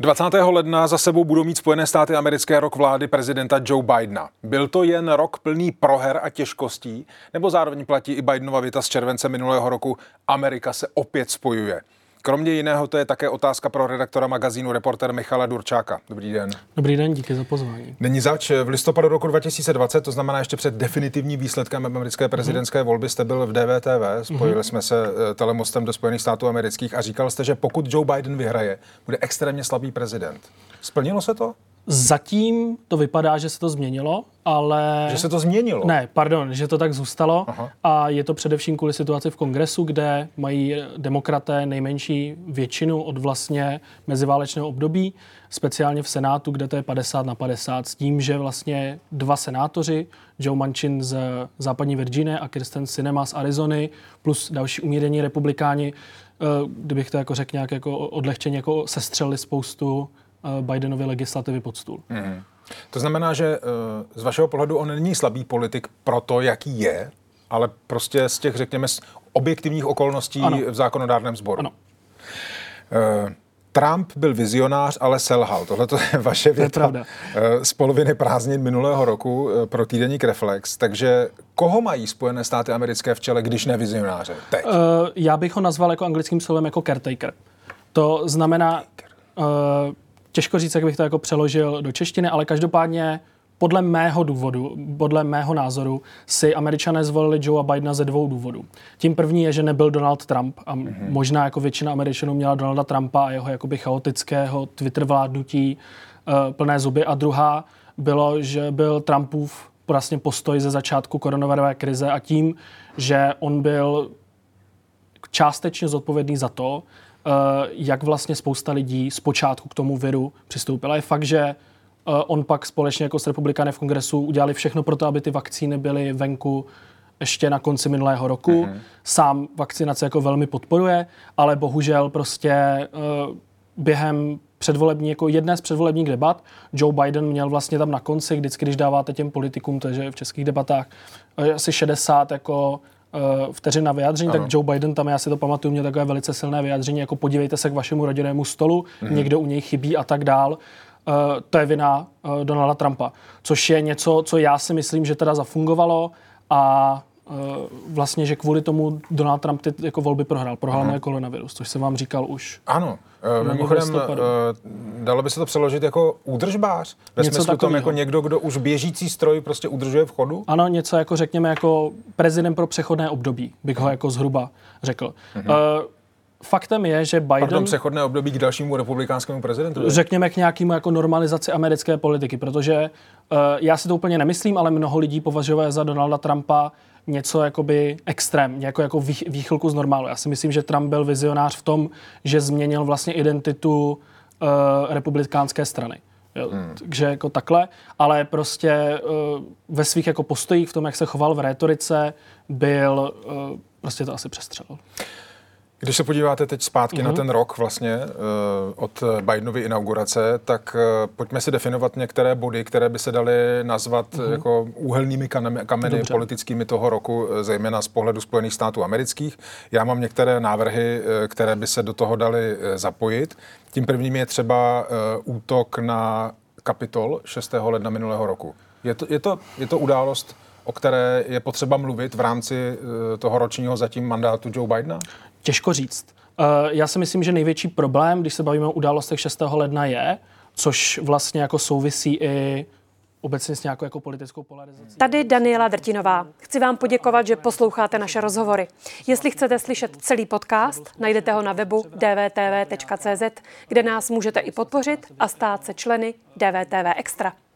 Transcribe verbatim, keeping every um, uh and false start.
dvacátého ledna za sebou budou mít Spojené státy americké rok vlády prezidenta Joe Bidena. Byl to jen rok plný proher a těžkostí, nebo zároveň platí i Bidenova věta z července minulého roku Amerika se opět spojuje? Kromě jiného to je také otázka pro redaktora magazínu Reporter Michala Durčáka. Dobrý den. Dobrý den, díky za pozvání. Není zač. V listopadu roku dva tisíce dvacet, to znamená ještě před definitivním výsledkem americké prezidentské mm. volby, jste byl v D V T V, spojili mm. jsme se telemostem do Spojených států amerických a říkal jste, že pokud Joe Biden vyhraje, bude extrémně slabý prezident. Splnilo se to? Zatím to vypadá, že se to změnilo, ale... Že se to změnilo? Ne, pardon, že to tak zůstalo. Aha. A je to především kvůli situaci v Kongresu, kde mají demokraté nejmenší většinu od vlastně meziválečného období, speciálně v Senátu, kde to je padesát na padesát, s tím, že vlastně dva senátoři, Joe Manchin z západní Virginie a Kyrsten Sinema z Arizony, plus další umírnění republikáni, kdybych to jako řekl nějak jako odlehčeně, jako sestřelili spoustu Bidenovy legislativy pod stůl. Mm. To znamená, že z vašeho pohledu on není slabý politik proto, jaký je, ale prostě z těch, řekněme, objektivních okolností ano. v zákonodárném sboru. Ano. Trump byl vizionář, ale selhal. Tohle to je vaše věta z poloviny prázdnin minulého roku pro týdeník Reflex. Takže koho mají Spojené státy americké v čele, když ne vizionáře? Teď. Uh, já bych ho nazval jako anglickým slovem jako caretaker. To znamená... Uh, Těžko říct, jak bych to jako přeložil do češtiny, ale každopádně podle mého důvodu, podle mého názoru si Američané zvolili Joea Bidena ze dvou důvodů. Tím první je, že nebyl Donald Trump a mm-hmm. možná jako většina Američanů měla Donalda Trumpa a jeho jakoby chaotického Twitter vládnutí uh, plné zuby. A druhá bylo, že byl Trumpův vlastně postoj ze začátku koronavirové krize a tím, že on byl částečně zodpovědný za to, jak vlastně spousta lidí zpočátku k tomu viru přistoupila. Je fakt, že on pak společně jako s republikány v Kongresu udělali všechno pro to, aby ty vakcíny byly venku ještě na konci minulého roku. Mm-hmm. Sám vakcinace jako velmi podporuje, ale bohužel prostě během předvolební, jako jedné z předvolebních debat Joe Biden měl vlastně tam na konci, vždycky, když dáváte těm politikům, takže v českých debatách, asi šedesát jako vteřin na vyjádření, ano. tak Joe Biden tam, já si to pamatuju, měl takové velice silné vyjádření, jako podívejte se k vašemu rodinnému stolu, mm-hmm. někdo u něj chybí a tak dál. Uh, to je vina uh, Donalda Trumpa. Což je něco, co já si myslím, že teda zafungovalo a uh, vlastně, že kvůli tomu Donald Trump ty jako volby prohrál. Prohrál na koronavirus, což jsem vám říkal už. Ano. Uh, mimochodem, uh, dalo by se to přeložit jako údržbář? Ve něco smyslu tom jako někdo, kdo už běžící stroj prostě udržuje v chodu? Ano, něco jako řekněme jako prezident pro přechodné období, bych ho jako zhruba řekl. Uh-huh. Uh, faktem je, že Biden... Pardon, přechodné období k dalšímu republikánskému prezidentu? Řekněme k nějakému jako normalizaci americké politiky, protože uh, já si to úplně nemyslím, ale mnoho lidí považuje za Donalda Trumpa něco jakoby extrém, jako, jako výchylku z normálu. Já si myslím, že Trump byl vizionář v tom, že změnil vlastně identitu uh, republikánské strany. Jo, hmm. Takže jako takhle, ale prostě uh, ve svých jako postojích, v tom, jak se choval v rétorice, byl uh, prostě to asi přestřelil. Když se podíváte teď zpátky mm-hmm. na ten rok vlastně uh, od Bidenovy inaugurace, tak uh, pojďme si definovat některé body, které by se daly nazvat mm-hmm. jako úhelnými kameny Dobře. politickými toho roku, zejména z pohledu Spojených států amerických. Já mám některé návrhy, které by se do toho daly zapojit. Tím prvním je třeba uh, útok na Kapitol šestého ledna minulého roku. Je to, je to, je to událost, o které je potřeba mluvit v rámci uh, toho ročního zatím mandátu Joe Bidena? Těžko říct. Uh, já si myslím, že největší problém, když se bavíme o událostech šestého ledna je, což vlastně jako souvisí i obecně s nějakou jako politickou polarizací. Tady Daniela Drtinová. Chci vám poděkovat, že posloucháte naše rozhovory. Jestli chcete slyšet celý podcast, najdete ho na webu d v t v tečka c z, kde nás můžete i podpořit a stát se členy D V T V Extra.